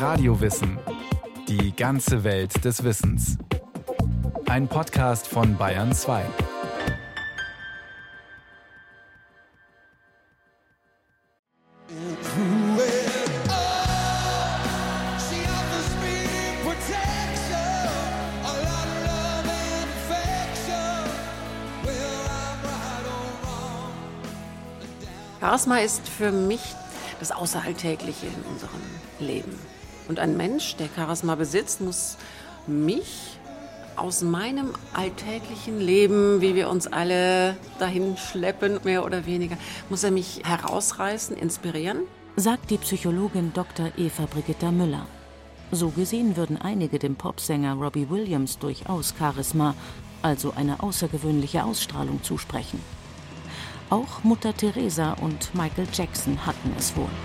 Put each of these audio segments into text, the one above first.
Radiowissen. Die ganze Welt des Wissens. Ein Podcast von Bayern 2. Charisma ist für mich das Außeralltägliche in unserem Leben. Und ein Mensch, der Charisma besitzt, muss mich aus meinem alltäglichen Leben, wie wir uns alle dahin schleppen, mehr oder weniger, muss er mich herausreißen, inspirieren. Sagt die Psychologin Dr. Eva Brigitta Müller. So gesehen würden einige dem Popsänger Robbie Williams durchaus Charisma, also eine außergewöhnliche Ausstrahlung, zusprechen. Auch Mutter Teresa und Michael Jackson hatten es wohl.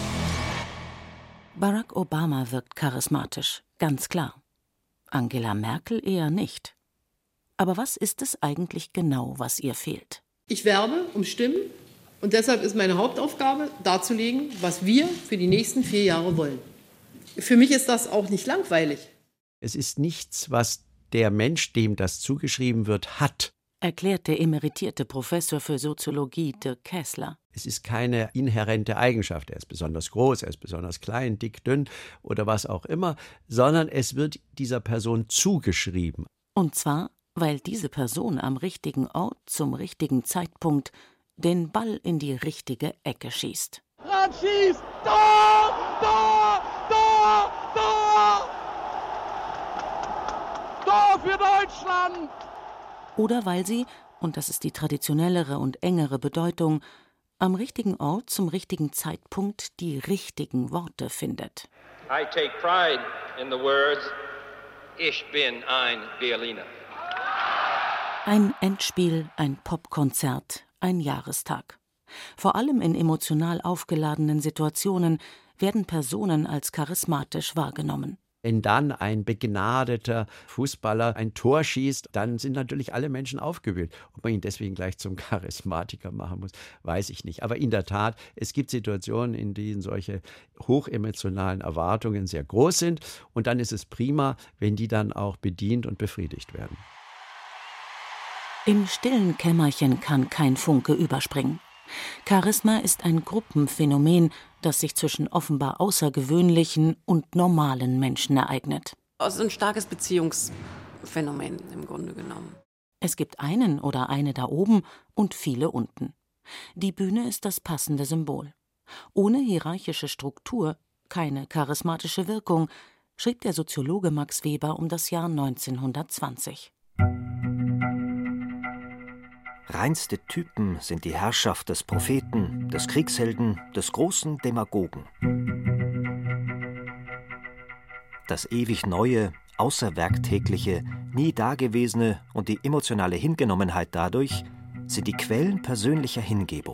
Barack Obama wirkt charismatisch, ganz klar. Angela Merkel eher nicht. Aber was ist es eigentlich genau, was ihr fehlt? Ich werbe um Stimmen und deshalb ist meine Hauptaufgabe, darzulegen, was wir für die nächsten 4 Jahre wollen. Für mich ist das auch nicht langweilig. Es ist nichts, was der Mensch, dem das zugeschrieben wird, hat. Erklärt der emeritierte Professor für Soziologie Dirk Käßler. Es ist keine inhärente Eigenschaft, er ist besonders groß, er ist besonders klein, dick, dünn oder was auch immer, sondern es wird dieser Person zugeschrieben. Und zwar, weil diese Person am richtigen Ort zum richtigen Zeitpunkt den Ball in die richtige Ecke schießt. Rad schießt! Tor! Tor! Tor! Tor! Tor für Deutschland! Oder weil sie, und das ist die traditionellere und engere Bedeutung, am richtigen Ort zum richtigen Zeitpunkt die richtigen Worte findet. I take pride in the words, ich bin ein Berliner. Ein Endspiel, ein Popkonzert, ein Jahrestag. Vor allem in emotional aufgeladenen Situationen werden Personen als charismatisch wahrgenommen. Wenn dann ein begnadeter Fußballer ein Tor schießt, dann sind natürlich alle Menschen aufgewühlt. Ob man ihn deswegen gleich zum Charismatiker machen muss, weiß ich nicht. Aber in der Tat, es gibt Situationen, in denen solche hochemotionalen Erwartungen sehr groß sind. Und dann ist es prima, wenn die dann auch bedient und befriedigt werden. Im stillen Kämmerchen kann kein Funke überspringen. Charisma ist ein Gruppenphänomen, das sich zwischen offenbar außergewöhnlichen und normalen Menschen ereignet. Es ist ein starkes Beziehungsphänomen im Grunde genommen. Es gibt einen oder eine da oben und viele unten. Die Bühne ist das passende Symbol. Ohne hierarchische Struktur keine charismatische Wirkung, schrieb der Soziologe Max Weber um das Jahr 1920. Reinste Typen sind die Herrschaft des Propheten, des Kriegshelden, des großen Demagogen. Das ewig Neue, Außerwerktägliche, nie Dagewesene und die emotionale Hingenommenheit dadurch sind die Quellen persönlicher Hingebung.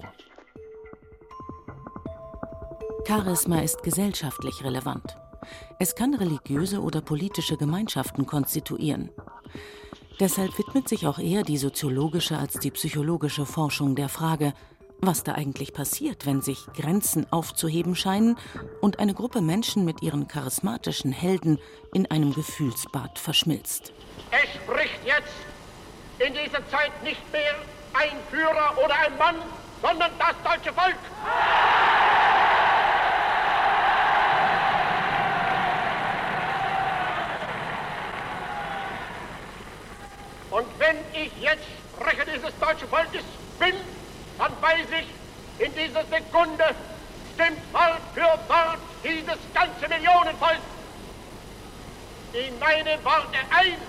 Charisma ist gesellschaftlich relevant. Es kann religiöse oder politische Gemeinschaften konstituieren. Deshalb widmet sich auch eher die soziologische als die psychologische Forschung der Frage, was da eigentlich passiert, wenn sich Grenzen aufzuheben scheinen und eine Gruppe Menschen mit ihren charismatischen Helden in einem Gefühlsbad verschmilzt. Es spricht jetzt in dieser Zeit nicht mehr ein Führer oder ein Mann, sondern das deutsche Volk. Und wenn ich jetzt Sprecher dieses deutschen Volkes bin, dann weiß ich, in dieser Sekunde stimmt Wort für Wort dieses ganze Millionenvolk in meine Worte ein.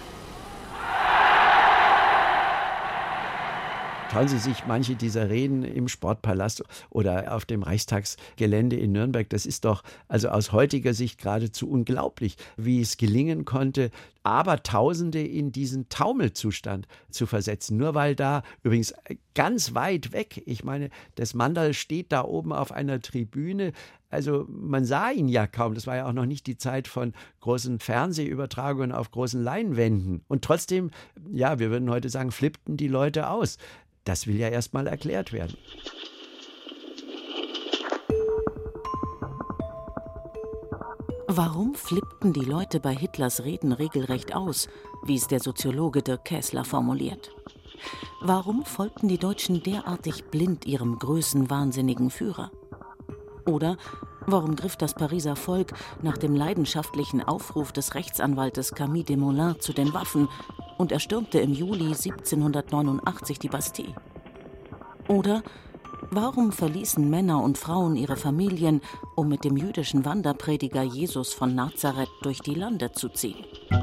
Schauen Sie sich manche dieser Reden im Sportpalast oder auf dem Reichstagsgelände in Nürnberg, das ist doch also aus heutiger Sicht geradezu unglaublich, wie es gelingen konnte, Abertausende in diesen Taumelzustand zu versetzen. Nur weil da übrigens ganz weit weg, ich meine, das Mandal steht da oben auf einer Tribüne, also man sah ihn ja kaum, das war ja auch noch nicht die Zeit von großen Fernsehübertragungen auf großen Leinwänden. Und trotzdem, ja, wir würden heute sagen, flippten die Leute aus. Das will ja erst mal erklärt werden. Warum flippten die Leute bei Hitlers Reden regelrecht aus, wie es der Soziologe Dirk Käßler formuliert? Warum folgten die Deutschen derartig blind ihrem größenwahnsinnigen Führer? Oder warum griff das Pariser Volk nach dem leidenschaftlichen Aufruf des Rechtsanwaltes Camille Desmoulins zu den Waffen und erstürmte im Juli 1789 die Bastille? Oder warum verließen Männer und Frauen ihre Familien, um mit dem jüdischen Wanderprediger Jesus von Nazareth durch die Lande zu ziehen?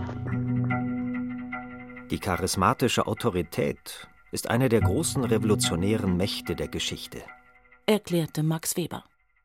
Die charismatische Autorität ist eine der großen revolutionären Mächte der Geschichte, erklärte Max Weber.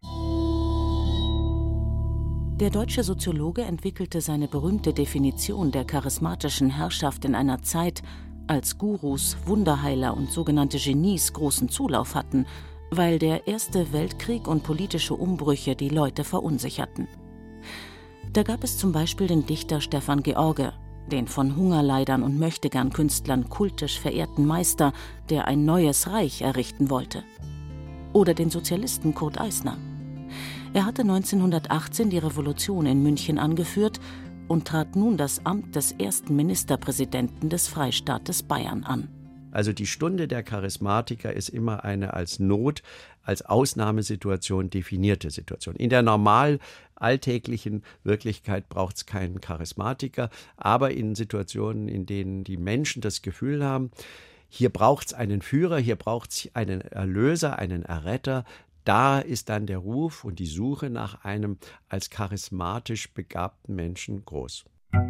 Der deutsche Soziologe entwickelte seine berühmte Definition der charismatischen Herrschaft in einer Zeit, als Gurus, Wunderheiler und sogenannte Genies großen Zulauf hatten, weil der Erste Weltkrieg und politische Umbrüche die Leute verunsicherten. Da gab es zum Beispiel den Dichter Stefan George, den von Hungerleidern und Möchtegern-Künstlern kultisch verehrten Meister, der ein neues Reich errichten wollte. Oder den Sozialisten Kurt Eisner. Er hatte 1918 die Revolution in München angeführt und trat nun das Amt des ersten Ministerpräsidenten des Freistaates Bayern an. Also die Stunde der Charismatiker ist immer eine als Not, als Ausnahmesituation definierte Situation. In der normal alltäglichen Wirklichkeit braucht es keinen Charismatiker, aber in Situationen, in denen die Menschen das Gefühl haben, hier braucht es einen Führer, hier braucht es einen Erlöser, einen Erretter, da ist dann der Ruf und die Suche nach einem als charismatisch begabten Menschen groß.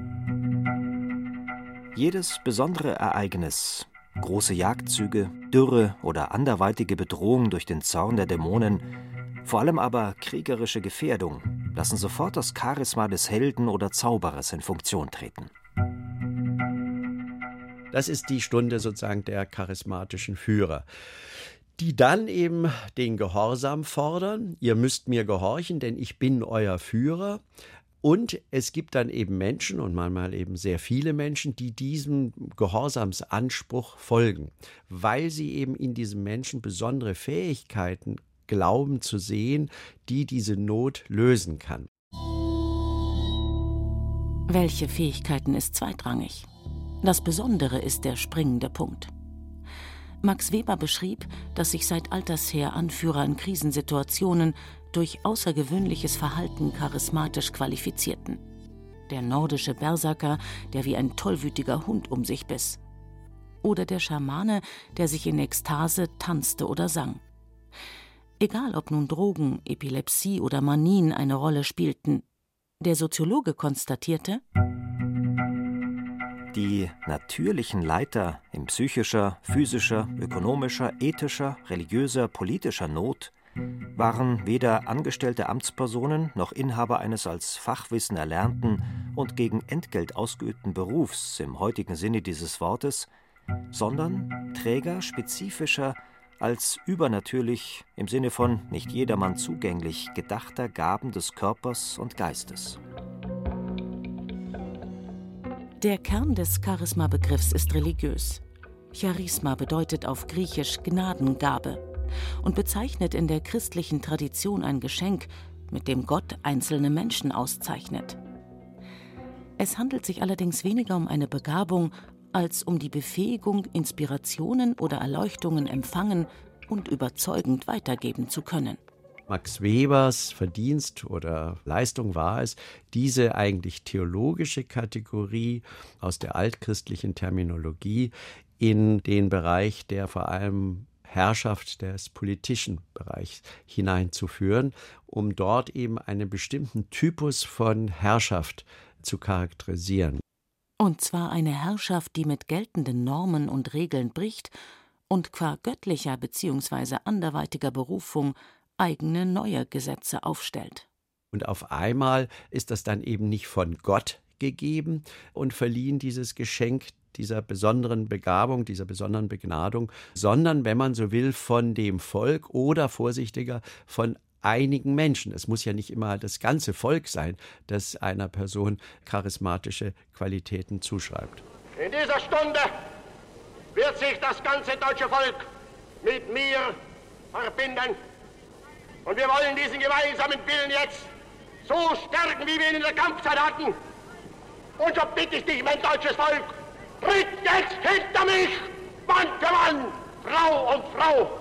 Jedes besondere Ereignis, große Jagdzüge, Dürre oder anderweitige Bedrohung durch den Zorn der Dämonen, vor allem aber kriegerische Gefährdung, lassen sofort das Charisma des Helden oder Zauberers in Funktion treten. Das ist die Stunde sozusagen der charismatischen Führer, die dann eben den Gehorsam fordern. Ihr müsst mir gehorchen, denn ich bin euer Führer. Und es gibt dann eben Menschen und manchmal eben sehr viele Menschen, die diesem Gehorsamsanspruch folgen, weil sie eben in diesem Menschen besondere Fähigkeiten glauben zu sehen, die diese Not lösen kann. Welche Fähigkeiten ist zweitrangig? Das Besondere ist der springende Punkt. Max Weber beschrieb, dass sich seit alters her Anführer in Krisensituationen durch außergewöhnliches Verhalten charismatisch qualifizierten. Der nordische Berserker, der wie ein tollwütiger Hund um sich biss. Oder der Schamane, der sich in Ekstase tanzte oder sang. Egal ob nun Drogen, Epilepsie oder Manien eine Rolle spielten, der Soziologe konstatierte: Die natürlichen Leiter in psychischer, physischer, ökonomischer, ethischer, religiöser, politischer Not waren weder angestellte Amtspersonen noch Inhaber eines als Fachwissen erlernten und gegen Entgelt ausgeübten Berufs im heutigen Sinne dieses Wortes, sondern Träger spezifischer, als übernatürlich im Sinne von nicht jedermann zugänglich gedachter Gaben des Körpers und Geistes. Der Kern des Charisma-Begriffs ist religiös. Charisma bedeutet auf Griechisch Gnadengabe und bezeichnet in der christlichen Tradition ein Geschenk, mit dem Gott einzelne Menschen auszeichnet. Es handelt sich allerdings weniger um eine Begabung, als um die Befähigung, Inspirationen oder Erleuchtungen empfangen und überzeugend weitergeben zu können. Max Webers Verdienst oder Leistung war es, diese eigentlich theologische Kategorie aus der altchristlichen Terminologie in den Bereich der vor allem Herrschaft des politischen Bereichs hineinzuführen, um dort eben einen bestimmten Typus von Herrschaft zu charakterisieren. Und zwar eine Herrschaft, die mit geltenden Normen und Regeln bricht und qua göttlicher bzw. anderweitiger Berufung eigene neue Gesetze aufstellt. Und auf einmal ist das dann eben nicht von Gott gegeben und verliehen, dieses Geschenk dieser besonderen Begabung, dieser besonderen Begnadung, sondern, wenn man so will, von dem Volk oder vorsichtiger von einigen Menschen. Es muss ja nicht immer das ganze Volk sein, das einer Person charismatische Qualitäten zuschreibt. In dieser Stunde wird sich das ganze deutsche Volk mit mir verbinden. Und wir wollen diesen gemeinsamen Willen jetzt so stärken, wie wir ihn in der Kampfzeit hatten. Und so bitte ich dich, mein deutsches Volk, tritt jetzt hinter mich, Mann für Mann, Frau um Frau.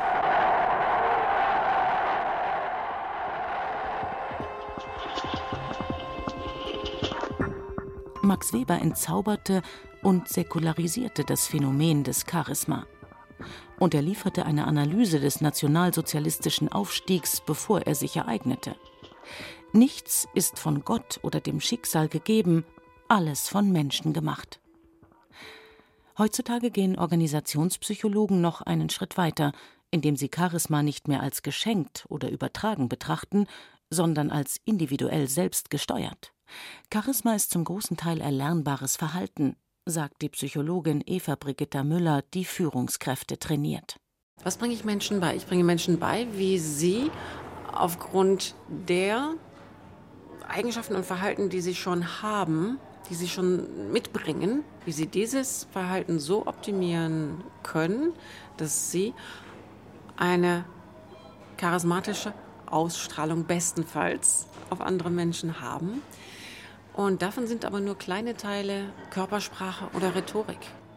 Max Weber entzauberte und säkularisierte das Phänomen des Charisma. Und er lieferte eine Analyse des nationalsozialistischen Aufstiegs, bevor er sich ereignete. Nichts ist von Gott oder dem Schicksal gegeben, alles von Menschen gemacht. Heutzutage gehen Organisationspsychologen noch einen Schritt weiter, indem sie Charisma nicht mehr als geschenkt oder übertragen betrachten, sondern als individuell selbst gesteuert. Charisma ist zum großen Teil erlernbares Verhalten, sagt die Psychologin Eva Brigitta Müller, die Führungskräfte trainiert. Was bringe ich Menschen bei? Ich bringe Menschen bei, wie sie aufgrund der Eigenschaften und Verhalten, die sie schon haben, die sie schon mitbringen, wie sie dieses Verhalten so optimieren können, dass sie eine charismatische Ausstrahlung bestenfalls auf andere Menschen haben. Und davon sind aber nur kleine Teile Körpersprache oder Rhetorik.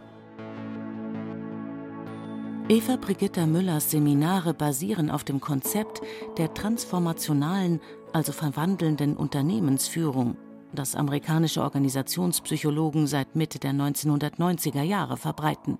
Eva Brigitta Müllers Seminare basieren auf dem Konzept der transformationalen, also verwandelnden Unternehmensführung, das amerikanische Organisationspsychologen seit Mitte der 1990er Jahre verbreiten.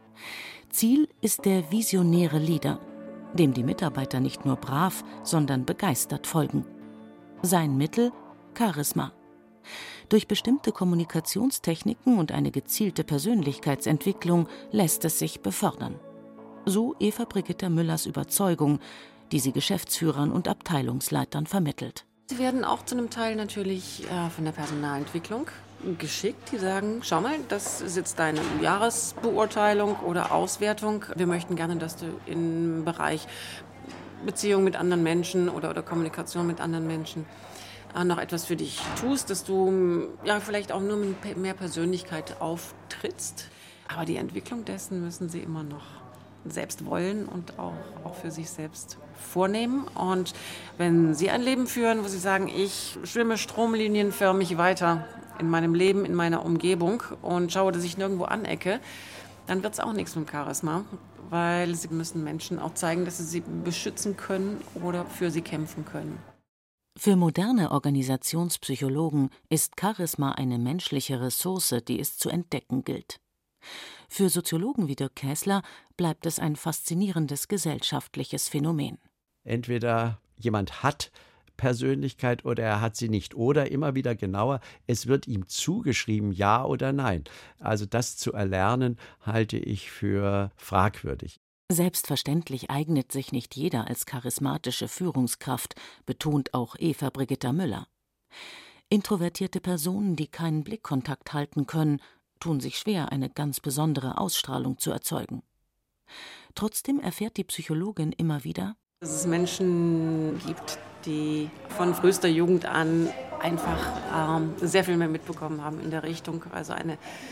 Ziel ist der visionäre Leader, dem die Mitarbeiter nicht nur brav, sondern begeistert folgen. Sein Mittel: Charisma. Durch bestimmte Kommunikationstechniken und eine gezielte Persönlichkeitsentwicklung lässt es sich befördern. So Eva Brigitta Müllers Überzeugung, die sie Geschäftsführern und Abteilungsleitern vermittelt. Sie werden auch zu einem Teil natürlich von der Personalentwicklung geschickt. Die sagen, schau mal, das ist jetzt deine Jahresbeurteilung oder Auswertung. Wir möchten gerne, dass du im Bereich Beziehung mit anderen Menschen oder Kommunikation mit anderen Menschen noch etwas für dich tust, dass du vielleicht auch nur mit mehr Persönlichkeit auftrittst. Aber die Entwicklung dessen müssen sie immer noch selbst wollen und auch für sich selbst vornehmen. Und wenn sie ein Leben führen, wo sie sagen, ich schwimme stromlinienförmig weiter in meinem Leben, in meiner Umgebung und schaue, dass ich nirgendwo anecke, dann wird es auch nichts mit Charisma, weil sie müssen Menschen auch zeigen, dass sie sie beschützen können oder für sie kämpfen können. Für moderne Organisationspsychologen ist Charisma eine menschliche Ressource, die es zu entdecken gilt. Für Soziologen wie Dirk Käßler bleibt es ein faszinierendes gesellschaftliches Phänomen. Entweder jemand hat Persönlichkeit oder er hat sie nicht. Oder immer wieder genauer, es wird ihm zugeschrieben, ja oder nein. Also das zu erlernen, halte ich für fragwürdig. Selbstverständlich eignet sich nicht jeder als charismatische Führungskraft, betont auch Eva Brigitta Müller. Introvertierte Personen, die keinen Blickkontakt halten können, tun sich schwer, eine ganz besondere Ausstrahlung zu erzeugen. Trotzdem erfährt die Psychologin immer wieder, dass es Menschen gibt, die von frühester Jugend an einfach sehr viel mehr mitbekommen haben in der Richtung. Also eine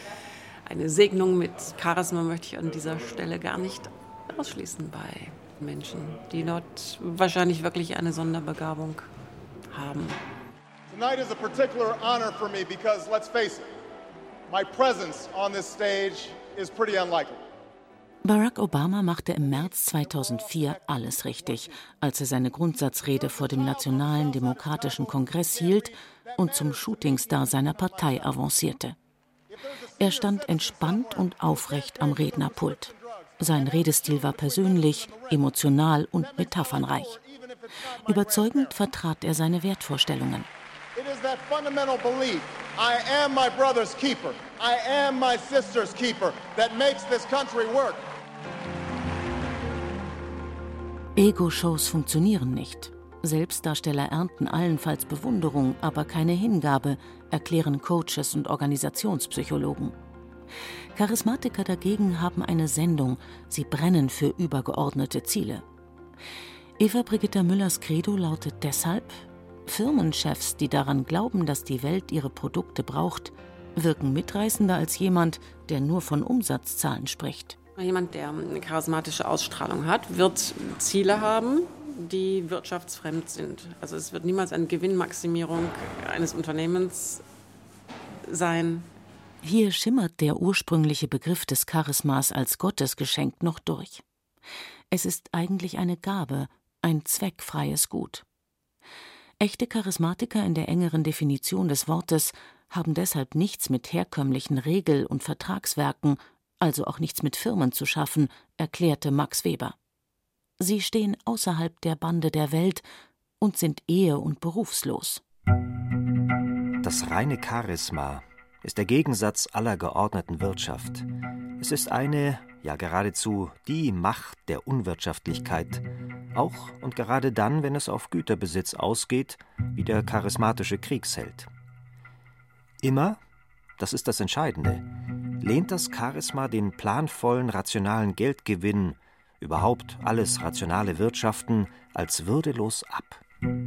Segnung mit Charisma möchte ich an dieser Stelle gar nicht ausschließen bei Menschen, die dort wahrscheinlich wirklich eine Sonderbegabung haben. Tonight is a particular honor for me because, let's face it, my presence on this stage is pretty unlikely. Barack Obama machte im März 2004 alles richtig, als er seine Grundsatzrede vor dem Nationalen Demokratischen Kongress hielt und zum Shootingstar seiner Partei avancierte. Er stand entspannt und aufrecht am Rednerpult. Sein Redestil war persönlich, emotional und metaphernreich. Überzeugend vertrat er seine Wertvorstellungen. It is that fundamental belief, I am my brother's keeper, I am my sister's keeper, that makes this country work. Ego-Shows funktionieren nicht. Selbstdarsteller ernten allenfalls Bewunderung, aber keine Hingabe, erklären Coaches und Organisationspsychologen. Charismatiker dagegen haben eine Sendung, sie brennen für übergeordnete Ziele. Eva Brigitta Müllers Credo lautet deshalb: Firmenchefs, die daran glauben, dass die Welt ihre Produkte braucht, wirken mitreißender als jemand, der nur von Umsatzzahlen spricht. Jemand, der eine charismatische Ausstrahlung hat, wird Ziele haben, die wirtschaftsfremd sind. Also es wird niemals eine Gewinnmaximierung eines Unternehmens sein. Hier schimmert der ursprüngliche Begriff des Charismas als Gottesgeschenk noch durch. Es ist eigentlich eine Gabe, ein zweckfreies Gut. Echte Charismatiker in der engeren Definition des Wortes haben deshalb nichts mit herkömmlichen Regel- und Vertragswerken, also auch nichts mit Firmen zu schaffen, erklärte Max Weber. Sie stehen außerhalb der Bande der Welt und sind ehe- und berufslos. Das reine Charisma ist der Gegensatz aller geordneten Wirtschaft. Es ist eine, ja geradezu die Macht der Unwirtschaftlichkeit, auch und gerade dann, wenn es auf Güterbesitz ausgeht, wie der charismatische Kriegsheld. Immer, das ist das Entscheidende, lehnt das Charisma den planvollen, rationalen Geldgewinn, überhaupt alles rationale Wirtschaften, als würdelos ab.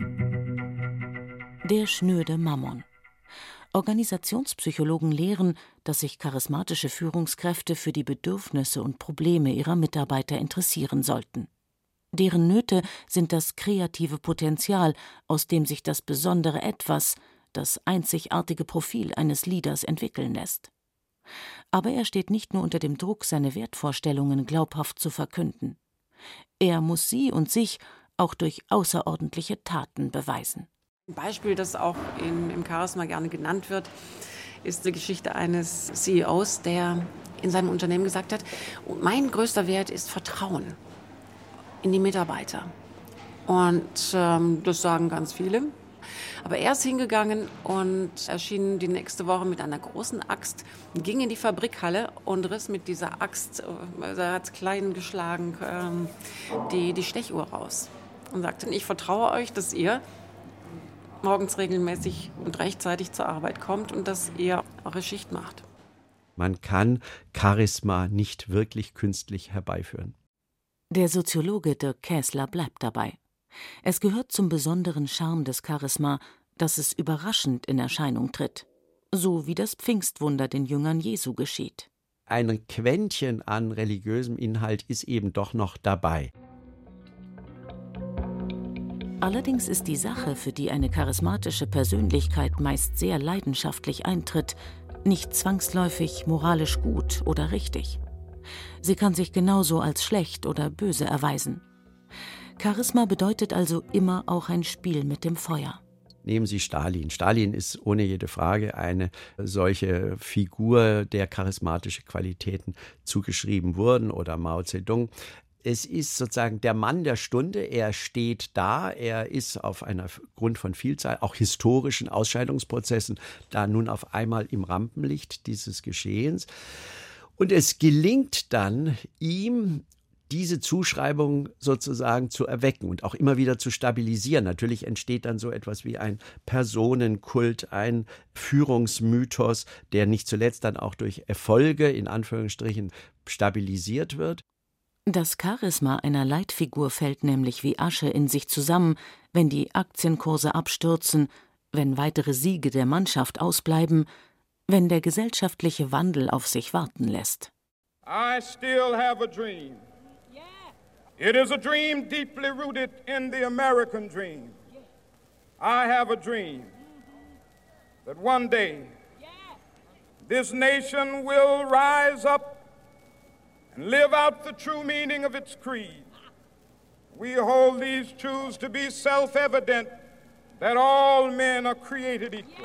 Der schnöde Mammon. Organisationspsychologen lehren, dass sich charismatische Führungskräfte für die Bedürfnisse und Probleme ihrer Mitarbeiter interessieren sollten. Deren Nöte sind das kreative Potenzial, aus dem sich das besondere Etwas, das einzigartige Profil eines Leaders entwickeln lässt. Aber er steht nicht nur unter dem Druck, seine Wertvorstellungen glaubhaft zu verkünden. Er muss sie und sich auch durch außerordentliche Taten beweisen. Ein Beispiel, das auch im Charisma gerne genannt wird, ist die Geschichte eines CEOs, der in seinem Unternehmen gesagt hat, mein größter Wert ist Vertrauen in die Mitarbeiter. Und das sagen ganz viele. Aber er ist hingegangen und erschien die nächste Woche mit einer großen Axt, ging in die Fabrikhalle und riss mit dieser Axt, er hat klein geschlagen, die Stechuhr raus. Und sagte, ich vertraue euch, dass ihr morgens regelmäßig und rechtzeitig zur Arbeit kommt und dass ihr eure Schicht macht. Man kann Charisma nicht wirklich künstlich herbeiführen. Der Soziologe Dirk Käßler bleibt dabei. Es gehört zum besonderen Charme des Charisma, dass es überraschend in Erscheinung tritt, so wie das Pfingstwunder den Jüngern Jesu geschieht. Ein Quäntchen an religiösem Inhalt ist eben doch noch dabei. Allerdings ist die Sache, für die eine charismatische Persönlichkeit meist sehr leidenschaftlich eintritt, nicht zwangsläufig moralisch gut oder richtig. Sie kann sich genauso als schlecht oder böse erweisen. Charisma bedeutet also immer auch ein Spiel mit dem Feuer. Nehmen Sie Stalin. Stalin ist ohne jede Frage eine solche Figur, der charismatische Qualitäten zugeschrieben wurden, oder Mao Zedong. Es ist sozusagen der Mann der Stunde, er steht da, er ist aufgrund von Vielzahl, auch historischen Ausscheidungsprozessen, da nun auf einmal im Rampenlicht dieses Geschehens. Und es gelingt dann ihm, diese Zuschreibung sozusagen zu erwecken und auch immer wieder zu stabilisieren. Natürlich entsteht dann so etwas wie ein Personenkult, ein Führungsmythos, der nicht zuletzt dann auch durch Erfolge, in Anführungsstrichen, stabilisiert wird. Das Charisma einer Leitfigur fällt nämlich wie Asche in sich zusammen, wenn die Aktienkurse abstürzen, wenn weitere Siege der Mannschaft ausbleiben, wenn der gesellschaftliche Wandel auf sich warten lässt. I still have a dream. It is a dream deeply rooted in the American dream. I have a dream that one day this nation will rise up and live out the true meaning of its creed. We hold these truths to be self-evident, that all men are created equal.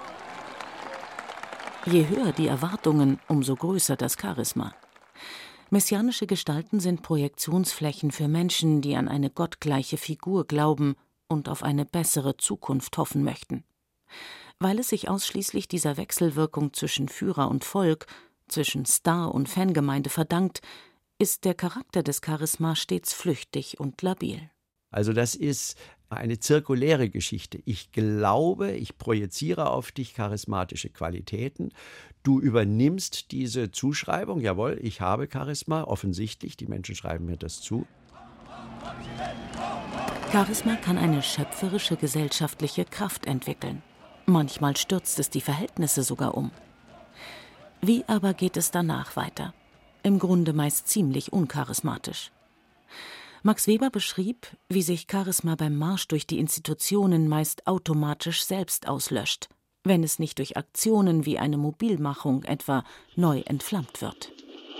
Je höher die Erwartungen, umso größer das Charisma. Messianische Gestalten sind Projektionsflächen für Menschen, die an eine gottgleiche Figur glauben und auf eine bessere Zukunft hoffen möchten. Weil es sich ausschließlich dieser Wechselwirkung zwischen Führer und Volk, zwischen Star und Fangemeinde verdankt, ist der Charakter des Charisma stets flüchtig und labil. Also das ist eine zirkuläre Geschichte. Ich glaube, ich projiziere auf dich charismatische Qualitäten. Du übernimmst diese Zuschreibung. Jawohl, ich habe Charisma, offensichtlich. Die Menschen schreiben mir das zu. Charisma kann eine schöpferische gesellschaftliche Kraft entwickeln. Manchmal stürzt es die Verhältnisse sogar um. Wie aber geht es danach weiter? Im Grunde meist ziemlich uncharismatisch. Max Weber beschrieb, wie sich Charisma beim Marsch durch die Institutionen meist automatisch selbst auslöscht, wenn es nicht durch Aktionen wie eine Mobilmachung etwa neu entflammt wird.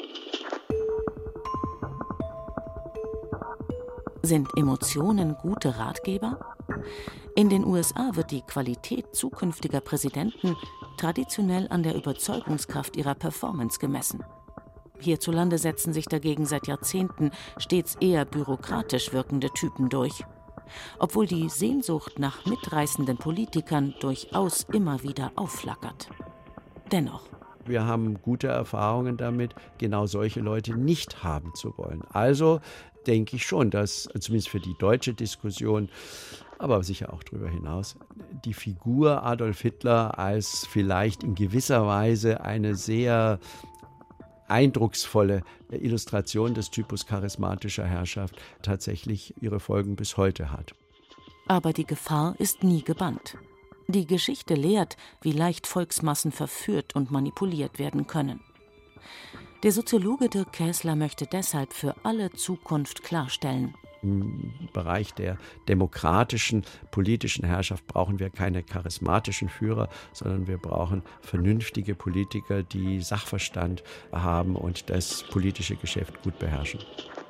Sind Emotionen gute Ratgeber? In den USA wird die Qualität zukünftiger Präsidenten traditionell an der Überzeugungskraft ihrer Performance gemessen. Hierzulande setzen sich dagegen seit Jahrzehnten stets eher bürokratisch wirkende Typen durch, obwohl die Sehnsucht nach mitreißenden Politikern durchaus immer wieder aufflackert. Dennoch. Wir haben gute Erfahrungen damit, genau solche Leute nicht haben zu wollen. Also denke ich schon, dass zumindest für die deutsche Diskussion, aber sicher auch darüber hinaus, die Figur Adolf Hitler als vielleicht in gewisser Weise eine sehr eindrucksvolle Illustration des Typus charismatischer Herrschaft tatsächlich ihre Folgen bis heute hat. Aber die Gefahr ist nie gebannt. Die Geschichte lehrt, wie leicht Volksmassen verführt und manipuliert werden können. Der Soziologe Dirk Käßler möchte deshalb für alle Zukunft klarstellen: Im Bereich der demokratischen politischen Herrschaft brauchen wir keine charismatischen Führer, sondern wir brauchen vernünftige Politiker, die Sachverstand haben und das politische Geschäft gut beherrschen.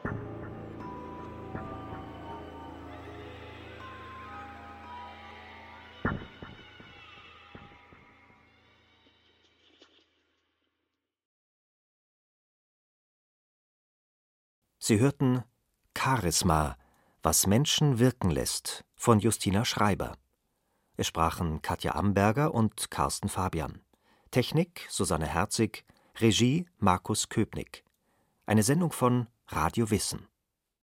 Sie hörten Charisma, was Menschen wirken lässt, von Justina Schreiber. Es sprachen Katja Amberger und Carsten Fabian. Technik Susanne Herzig, Regie Markus Köpnick. Eine Sendung von Radio Wissen.